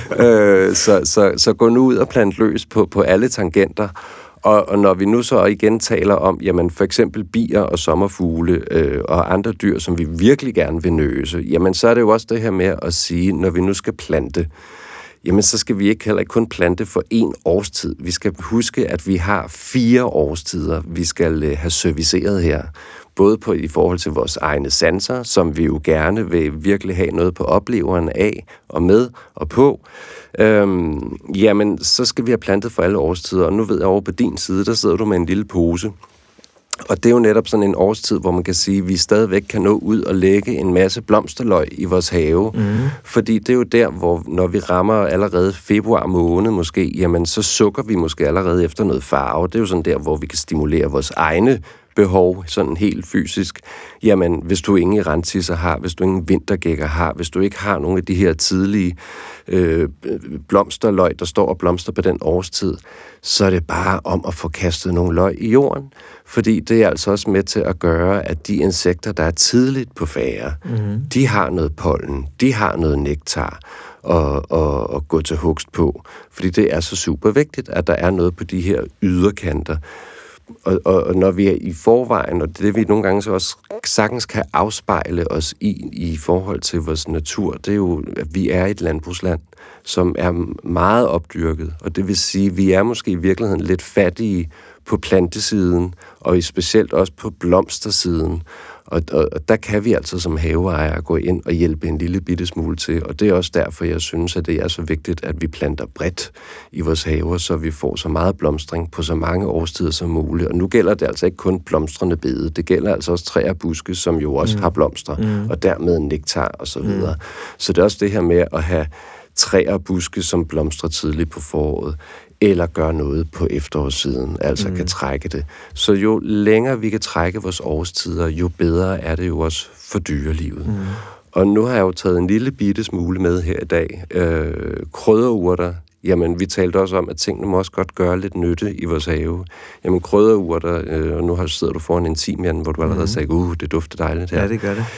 Så gå nu ud og plant løs på alle tangenter. Og når vi nu så igen taler om, jamen for eksempel bier og sommerfugle og andre dyr, som vi virkelig gerne vil nøse, jamen så er det jo også det her med at sige, når vi nu skal plante, jamen så skal vi heller ikke kun plante for én årstid. Vi skal huske, at vi har 4 årstider, vi skal have serviceret her. Både i forhold til vores egne sanser, som vi jo gerne vil virkelig have noget på opleveren af og med og på. Jamen, så skal vi have plantet for alle årstider. Og nu ved jeg over på din side, der sidder du med en lille pose. Og det er jo netop sådan en årstid, hvor man kan sige, at vi stadigvæk kan nå ud og lægge en masse blomsterløg i vores have. Fordi det er jo der, hvor når vi rammer allerede februar måned måske, jamen så sukker vi måske allerede efter noget farve. Det er jo sådan der, hvor vi kan stimulere vores egne behov, sådan helt fysisk, jamen hvis du ingen erantisser har, hvis du ingen vintergækker har, hvis du ikke har nogle af de her tidlige blomsterløg, der står og blomster på den årstid, så er det bare om at få kastet nogle løg i jorden, fordi det er altså også med til at gøre, at de insekter, der er tidligt på færre, de har noget pollen, de har noget nektar og gå til hugst på, fordi det er så super vigtigt, at der er noget på de her yderkanter. Og når vi er i forvejen, og det vi nogle gange så også sagtens kan afspejle os i forhold til vores natur, det er jo, at vi er et landbrugsland, som er meget opdyrket, og det vil sige, at vi er måske i virkeligheden lidt fattige på plantesiden, og specielt også på blomstersiden. Og der kan vi altså som haveejere gå ind og hjælpe en lille bitte smule til, og det er også derfor, jeg synes, at det er så vigtigt, at vi planter bredt i vores haver, så vi får så meget blomstring på så mange årstider som muligt. Og nu gælder det altså ikke kun blomstrende bede, det gælder altså også træer og buske, som jo også har blomster, og dermed nektar og så videre. Så det er også det her med at have træer og buske, som blomstrer tidligt på foråret, eller gøre noget på efterårssiden, altså kan trække det. Så jo længere vi kan trække vores årstider, jo bedre er det jo også for dyrelivet. Og nu har jeg jo taget en lille bitte smule med her i dag. Krydderurter, jamen vi talte også om, at tingene må også godt gøre lidt nytte i vores have. Jamen krydderurter, og nu sidder du foran en timian, hvor du allerede sagde, det dufter dejligt her. Ja, det gør det.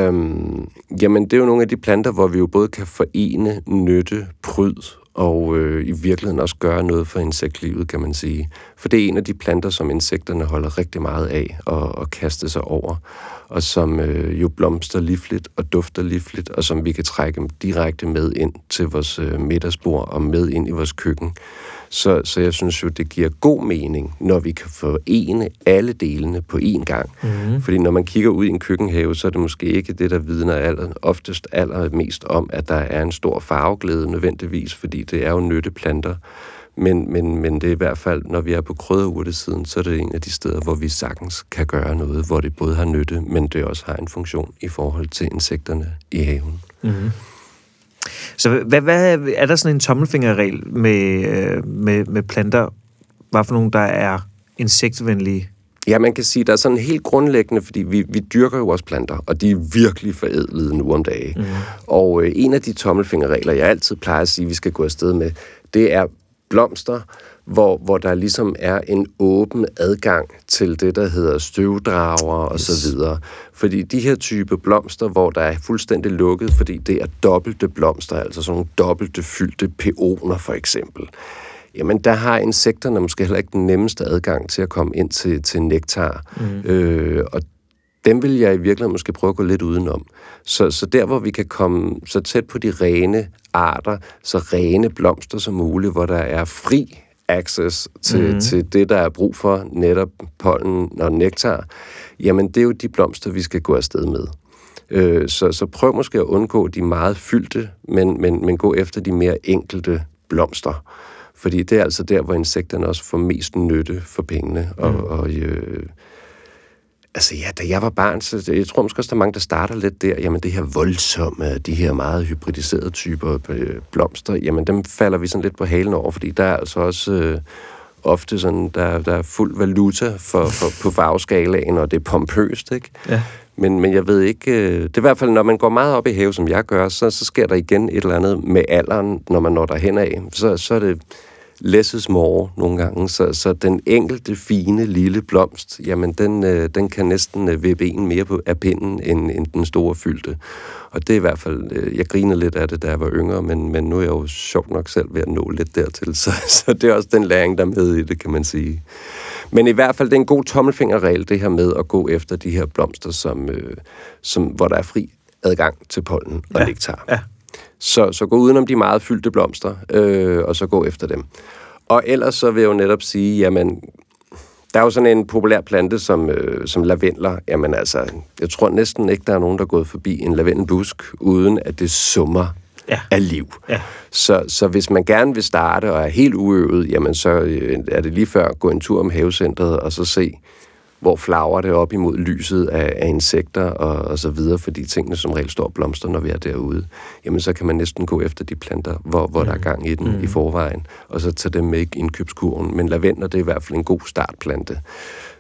Jamen det er jo nogle af de planter, hvor vi jo både kan forene nytte, pryd, og i virkeligheden også gøre noget for insektlivet, kan man sige. For det er en af de planter, som insekterne holder rigtig meget af og kaste sig over, og som jo blomster livligt og dufter livligt, og som vi kan trække direkte med ind til vores middagsbord og med ind i vores køkken. Så jeg synes jo, det giver god mening, når vi kan forene alle delene på én gang. Fordi når man kigger ud i en køkkenhave, så er det måske ikke det, der vidner oftest allermest om, at der er en stor farveglæde nødvendigvis, fordi det er jo nytteplanter. Men det er i hvert fald, når vi er på krydderurtesiden, så er det en af de steder, hvor vi sagtens kan gøre noget, hvor det både har nytte, men det også har en funktion i forhold til insekterne i haven. Så hvad er der sådan en tommelfingerregel med planter? Hvad for nogle, der er insektvenlige? Ja, man kan sige, der er sådan helt grundlæggende, fordi vi dyrker jo også planter, og de er virkelig forædlede nu om dagen. Og en af de tommelfingerregler, jeg altid plejer at sige, vi skal gå afsted med, det er blomster, hvor der ligesom er en åben adgang til det, der hedder støvdrager og så videre. Fordi de her type blomster, hvor der er fuldstændig lukket, fordi det er dobbelte blomster, altså sådan nogle dobbelte fyldte peoner for eksempel, jamen der har insekterne måske heller ikke den nemmeste adgang til at komme ind til nektar. Og dem vil jeg i virkeligheden måske prøve at gå lidt udenom. Så der, hvor vi kan komme så tæt på de rene arter, så rene blomster som muligt, hvor der er fri access til det, der er brug for, netop pollen og nektar, jamen det er jo de blomster, vi skal gå afsted med. Så prøv måske at undgå de meget fyldte, men gå efter de mere enkelte blomster. Fordi det er altså der, hvor insekterne også får mest nytte for pengene. Altså ja, da jeg var barn, så jeg tror måske også, der er mange, der starter lidt der. Jamen det her voldsomme, de her meget hybridiserede typer blomster, jamen dem falder vi sådan lidt på halen over, fordi der er altså også ofte sådan, der er fuld valuta på farveskalaen, og det er pompøst, ikke? Ja. Men jeg ved ikke, det er i hvert fald, når man går meget op i have, som jeg gør, så sker der igen et eller andet med alderen, når man når derhen af. Så er det less is more nogle gange, så den enkelte fine lille blomst, jamen den kan næsten vippe en mere af pinden end den store fyldte. Og det er i hvert fald, jeg griner lidt af det, da jeg var yngre, men nu er jeg jo sjovt nok selv ved at nå lidt dertil, så det er også den læring, der er med i det, kan man sige. Men i hvert fald, det er en god tommelfingerregel, det her med at gå efter de her blomster, hvor der er fri adgang til pollen og nektar. Ja. Så gå udenom de meget fyldte blomster, og så gå efter dem. Og ellers så vil jeg jo netop sige, jamen, der er jo sådan en populær plante som lavendler. Jamen altså, jeg tror næsten ikke, der er nogen, der er gået forbi en lavendelbusk, uden at det summer af liv. Ja. Så hvis man gerne vil starte og er helt uøvet, jamen så er det lige før at gå en tur om havecentret og så se, hvor flagrer det op imod lyset af insekter og så videre, fordi tingene som regel står og blomster, når vi er derude. Jamen, så kan man næsten gå efter de planter, hvor der er gang i den i forvejen, og så tage dem med i indkøbskurven. Men lavendler, det er i hvert fald en god startplante.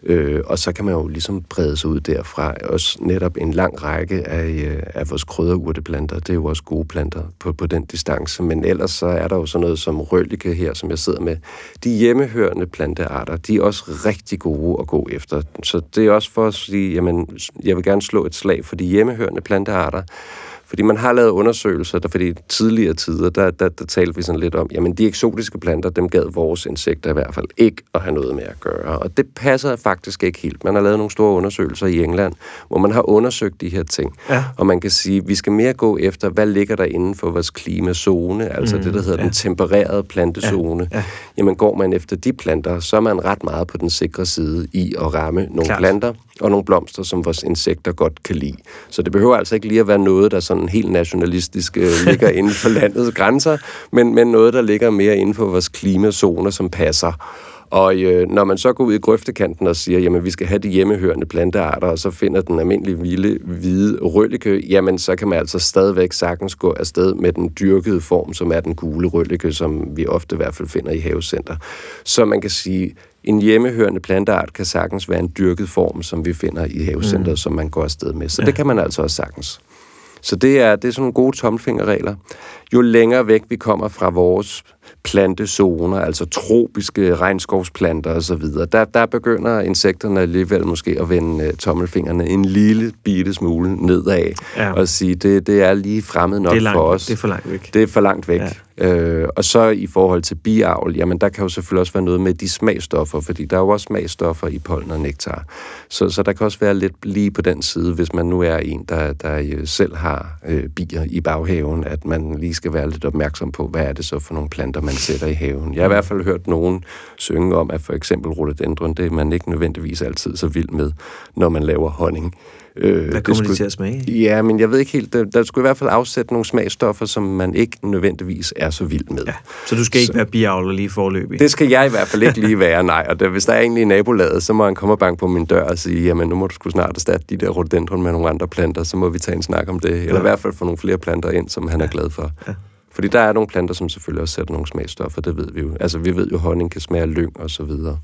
Og så kan man jo ligesom brede sig ud derfra. Også netop en lang række af vores krydderurteplanter. Det er jo også gode planter på den distance. Men ellers så er der jo sådan noget som røllike her, som jeg sidder med. De hjemmehørende plantearter, de er også rigtig gode at gå efter. Så det er også for at sige, jamen, jeg vil gerne slå et slag for de hjemmehørende plantearter. Fordi man har lavet undersøgelser, der fordi tidligere tider, der talte vi sådan lidt om, jamen de eksotiske planter, dem gad vores insekter i hvert fald ikke at have noget med at gøre. Og det passer faktisk ikke helt. Man har lavet nogle store undersøgelser i England, hvor man har undersøgt de her ting. Ja. Og man kan sige, at vi skal mere gå efter, hvad ligger der inden for vores klimazone, altså det, der hedder den tempererede plantezone. Ja. Jamen går man efter de planter, så er man ret meget på den sikre side i at ramme nogle planter og nogle blomster, som vores insekter godt kan lide. Så det behøver altså ikke lige at være noget, der sådan helt nationalistisk ligger inden for landets grænser, men noget, der ligger mere inden for vores klimazoner, som passer. Og når man så går ud i grøftekanten og siger, jamen vi skal have de hjemmehørende plantearter, og så finder den almindelige vilde, hvide røllike, jamen så kan man altså stadigvæk sagtens gå afsted med den dyrkede form, som er den gule røllike, som vi ofte i hvert fald finder i havecenter. Så man kan sige, en hjemmehørende planteart kan sagtens være en dyrket form, som vi finder i havecenteret, som man går afsted med. Så det kan man altså også sagtens. Så det er sådan nogle gode tommelfingerregler. Jo længere væk vi kommer fra vores plantezoner, altså tropiske regnskovsplanter osv., der begynder insekterne alligevel måske at vende tommelfingrene en lille bitte smule nedad og sige, det er lige fremmed nok for os. Det er for langt væk. Det er for langt væk. Ja. Og så i forhold til biavl, jamen der kan jo selvfølgelig også være noget med de smagstoffer, fordi der er jo også smagstoffer i pollen og nektar. Så der kan også være lidt lige på den side, hvis man nu er en, der selv har bier i baghaven, at man lige skal være lidt opmærksom på, hvad er det så for nogle planter, man sætter i haven. Jeg har i hvert fald hørt nogen synge om, at for eksempel rhododendron, det er man ikke nødvendigvis altid så vild med, når man laver honning. Hvad kommer det til at smage? Ja, men jeg ved ikke helt. Der skulle i hvert fald afsætte nogle smagstoffer, som man ikke nødvendigvis er så vild med. Ja, så du skal ikke være biavler lige forløbig? Det skal jeg i hvert fald ikke lige være, nej. Og hvis der er egentlig i nabolaget, så må han komme og banke på min dør og sige, jamen nu må du sgu snart erstatte de der rhododendron med nogle andre planter, så må vi tage en snak om det. Eller i hvert fald få nogle flere planter ind, som han er glad for. Ja. Fordi der er nogle planter, som selvfølgelig også sætter nogle smagstoffer, det ved vi jo. Altså, vi ved jo, at honning kan smage lyng og så videre.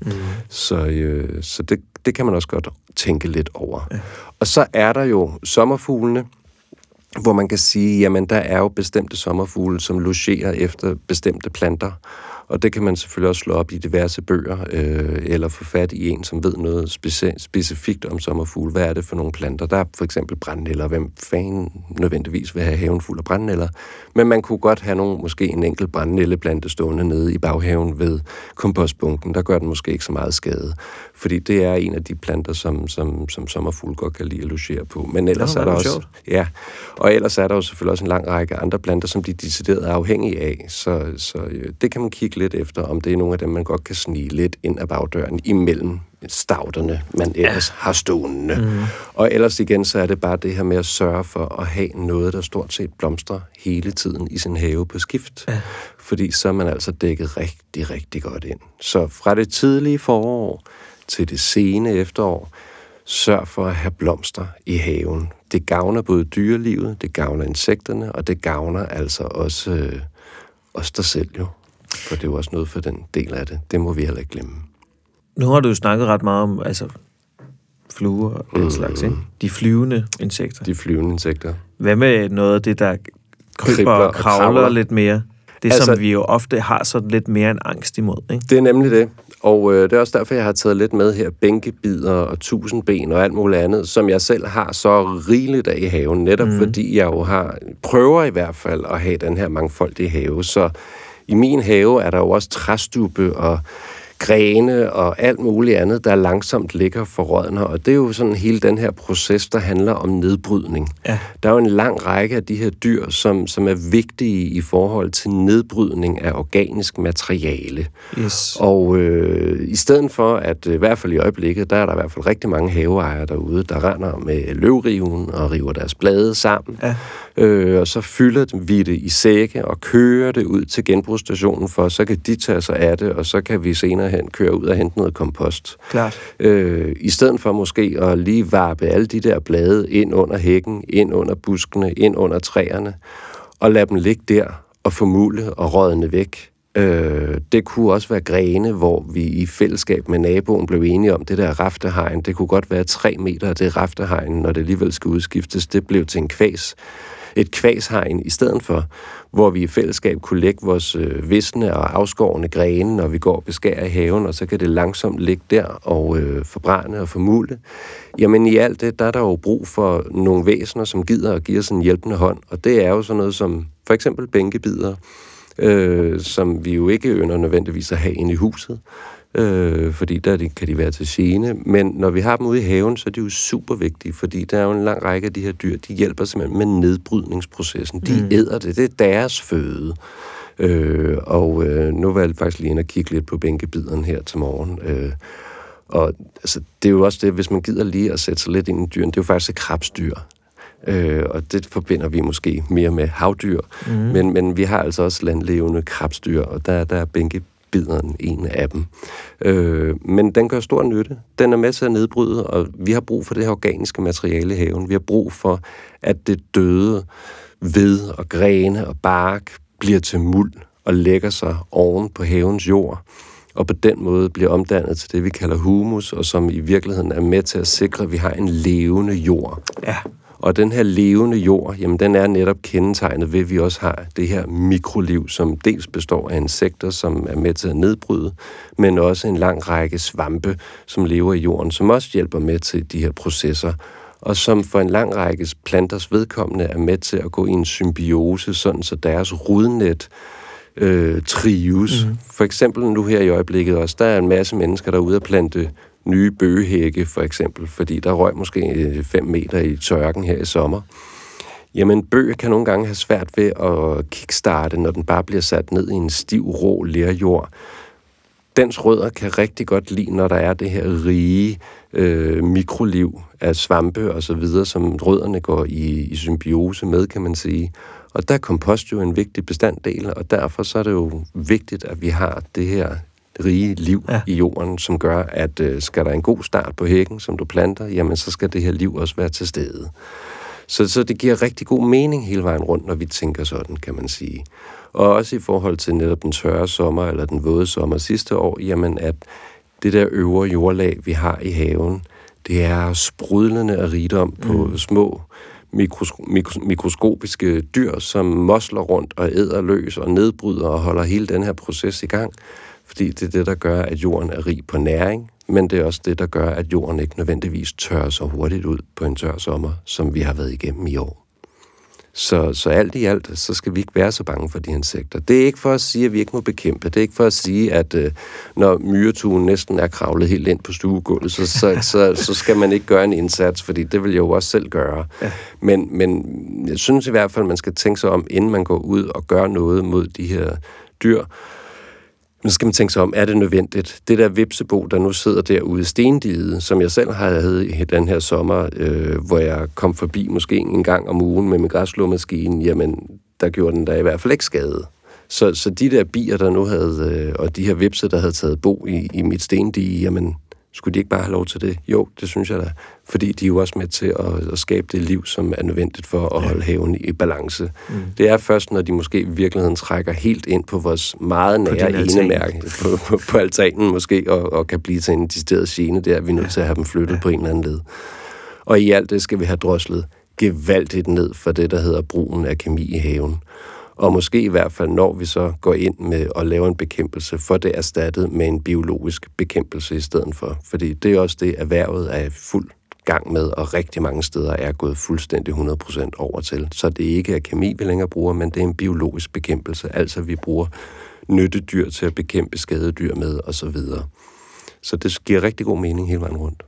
Så det kan man også godt tænke lidt over. Ja. Og så er der jo sommerfuglene, hvor man kan sige, jamen, der er jo bestemte sommerfugle, som logerer efter bestemte planter. Og det kan man selvfølgelig også slå op i diverse bøger, eller få fat i en, som ved noget specifikt om sommerfugle. Hvad er det for nogle planter? Der er for eksempel brændenælder. Hvem fanden nødvendigvis vil have haven fuld af brændenælder? Men man kunne godt have måske en enkelt brændenælleplante stående nede i baghaven ved kompostbunken. Der gør den måske ikke så meget skade. Fordi det er en af de planter, som sommerfugle godt kan lide at logere på. Men ellers er der også... Sjovt. Ja, og ellers er der jo selvfølgelig også en lang række andre planter, som de decideret er afhængige af. Så det kan man kigge lidt efter, om det er nogle af dem, man godt kan snige lidt ind ad bagdøren imellem stavterne, man ellers har stående. Og ellers igen, så er det bare det her med at sørge for at have noget, der stort set blomstrer hele tiden i sin have på skift. Ja. Fordi så er man altså dækket rigtig, rigtig godt ind. Så fra det tidlige forår til det sene efterår, sørg for at have blomster i haven. Det gavner både dyrelivet, det gavner insekterne, og det gavner altså også dig selv jo. For det er jo også noget for den del af det. Det må vi heller ikke glemme. Nu har du jo snakket ret meget om fluer og den slags, ikke? De flyvende insekter. De flyvende insekter. Hvad med noget af det, der kryber og kravler lidt mere? Det, altså, som vi jo ofte har sådan lidt mere en angst imod, ikke? Det er nemlig det. Og det er også derfor, jeg har taget lidt med her. Bænkebider og tusindben og alt muligt andet, som jeg selv har så rigeligt af i haven. Netop fordi jeg jo prøver i hvert fald at have den her mangfoldige have. Så i min have er der jo også træstubbe og grene og alt muligt andet, der langsomt ligger for rådne. Og det er jo sådan hele den her proces, der handler om nedbrydning. Ja. Der er jo en lang række af de her dyr, som er vigtige i forhold til nedbrydning af organisk materiale. Yes. Og i stedet for, at i hvert fald i øjeblikket, der er der i hvert fald rigtig mange haveejere derude, der render med løvriven og river deres blade sammen. Ja. Og så fylder vi det i sække og kører det ud til genbrugsstationen, for så kan de tage sig af det, og så kan vi senere hen køre ud og hente noget kompost. Klart. I stedet for måske at lige varpe alle de der blade ind under hækken, ind under buskene, ind under træerne, og lade dem ligge der og formulde og rådne væk. Det kunne også være grene, hvor vi i fællesskab med naboen blev enige om det der raftehegn. Det kunne godt være 3 meter af det raftehegn, når det alligevel skal udskiftes. Det blev til et kvashegn i stedet for, hvor vi i fællesskab kunne lægge vores visne og afskårne grene, når vi går og beskærer i haven, og så kan det langsomt ligge der og forbrænde og formulde. Jamen i alt det, der er der jo brug for nogle væsener, som gider at give os en hjælpende hånd, og det er jo sådan noget som for eksempel bænkebider, som vi jo ikke ønsker nødvendigvis at have inde i huset, fordi der kan de være til gene. Men når vi har dem ude i haven, så er de jo super vigtige, fordi der er jo en lang række af de her dyr, de hjælper simpelthen med nedbrydningsprocessen. De æder det er deres føde. Nu var jeg faktisk lige inde og kigge lidt på bænkebideren her til morgen. Og altså, det er jo også det, hvis man gider lige at sætte sig lidt ind i dyrene, det er jo faktisk et krebsdyr. Og det forbinder vi måske mere med havdyr, men vi har altså også landlevende krebsdyr, og der er bænkebideren en af dem. Men den gør stor nytte. Den er med til at nedbryde, og vi har brug for det her organiske materiale i haven. Vi har brug for, at det døde ved og grene og bark bliver til muld og lægger sig oven på havens jord, og på den måde bliver omdannet til det, vi kalder humus, og som i virkeligheden er med til at sikre, at vi har en levende jord. Ja. Og den her levende jord, jamen den er netop kendetegnet ved, at vi også har det her mikroliv, som dels består af insekter, som er med til at nedbryde, men også en lang række svampe, som lever i jorden, som også hjælper med til de her processer, og som for en lang række planters vedkommende er med til at gå i en symbiose, sådan så deres rodnet trives. For eksempel nu her i øjeblikket også, der er en masse mennesker, der er ude at plante nye bøgehække, for eksempel, fordi der røg måske 5 meter i tørken her i sommer. Jamen, bøg kan nogle gange have svært ved at kickstarte, når den bare bliver sat ned i en stiv, rå lerjord. Dens rødder kan rigtig godt lide, når der er det her rige mikroliv af svampe og så videre, som rødderne går i symbiose med, kan man sige. Og der er kompost jo en vigtig bestanddel, og derfor så er det jo vigtigt, at vi har det her rige liv i jorden, som gør, at skal der en god start på hækken, som du planter, jamen så skal det her liv også være til stede. Så det giver rigtig god mening hele vejen rundt, når vi tænker sådan, kan man sige. Og også i forhold til netop den tørre sommer, eller den våde sommer sidste år, jamen at det der øvre jordlag, vi har i haven, det er sprudlende af rigdom på små mikroskopiske dyr, som mosler rundt og æder løs og nedbryder og holder hele den her proces i gang. Fordi det er det, der gør, at jorden er rig på næring, men det er også det, der gør, at jorden ikke nødvendigvis tørrer så hurtigt ud på en tør sommer, som vi har været igennem i år. Så alt i alt, så skal vi ikke være så bange for de insekter. Det er ikke for at sige, at vi ikke må bekæmpe. Det er ikke for at sige, at når myretuen næsten er kravlet helt ind på stuegulvet, så skal man ikke gøre en indsats, fordi det vil jeg jo også selv gøre. Ja. Men jeg synes i hvert fald, man skal tænke sig om, inden man går ud og gør noget mod de her dyr. Men så skal man tænke sig om, er det nødvendigt? Det der vipsebo, der nu sidder derude i stendiget, som jeg selv havde i den her sommer, hvor jeg kom forbi måske en gang om ugen med min græsslåmaskine, jamen, der gjorde den der i hvert fald ikke skade. Så de der bier, der nu havde, og de her vipse, der havde taget bo i mit stendige, jamen, skulle de ikke bare have lov til det? Jo, det synes jeg da. Fordi de er jo også med til at skabe det liv, som er nødvendigt for at holde haven i balance. Det er først, når de måske i virkeligheden trækker helt ind på vores meget nære enemærke på altanen måske, og kan blive til en decideret gene, der er vi nødt til at have dem flyttet på en eller anden led. Og i alt det skal vi have droslet gevaldigt ned for det, der hedder brugen af kemi i haven. Og måske i hvert fald, når vi så går ind med at lave en bekæmpelse, for det erstattet med en biologisk bekæmpelse i stedet for. Fordi det er også det, erhvervet er fuld gang med, og rigtig mange steder er gået fuldstændig 100% over til. Så det ikke er kemi, vi længere bruger, men det er en biologisk bekæmpelse. Altså vi bruger nyttedyr til at bekæmpe skadedyr med, og så videre. Så det giver rigtig god mening hele vejen rundt.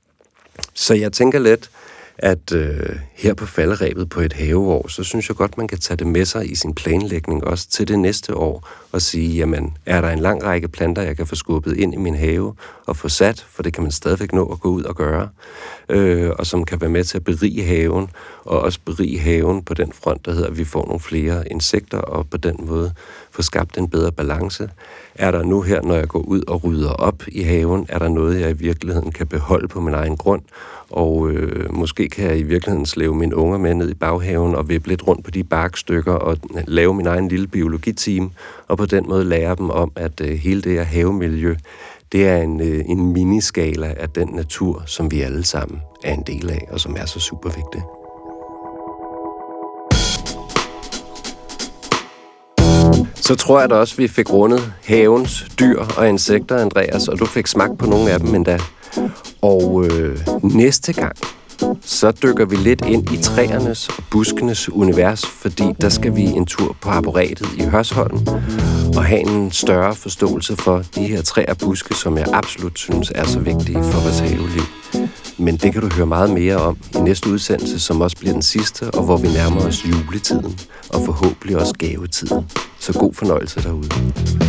Så jeg tænker lidt, at her på falderebet på et haveår, så synes jeg godt, man kan tage det med sig i sin planlægning også til det næste år, og sige, jamen, er der en lang række planter, jeg kan få skubbet ind i min have og få sat, for det kan man stadigvæk nå at gå ud og gøre, og som kan være med til at berige haven, og også berige haven på den front, der hedder, at vi får nogle flere insekter, og på den måde få skabt en bedre balance? Er der nu her, når jeg går ud og rydder op i haven, er der noget, jeg i virkeligheden kan beholde på min egen grund? Og måske kan jeg i virkeligheden slæve mine unger med ned i baghaven og vippe lidt rundt på de barkstykker og lave min egen lille biologiteam, og på den måde lære dem om, at hele det her havemiljø, det er en miniskala af den natur, som vi alle sammen er en del af, og som er så super vigtig. Så tror jeg da også, vi fik rundet havens dyr og insekter, Andreas, og du fik smagt på nogle af dem endda. Og næste gang, så dykker vi lidt ind i træernes og buskenes univers, fordi der skal vi en tur på arboretet i Hørsholm og have en større forståelse for de her træer og buske, som jeg absolut synes er så vigtige for vores haveliv. Men det kan du høre meget mere om i næste udsendelse, som også bliver den sidste, og hvor vi nærmer os juletiden og forhåbentlig også gavetiden. Så god fornøjelse derude.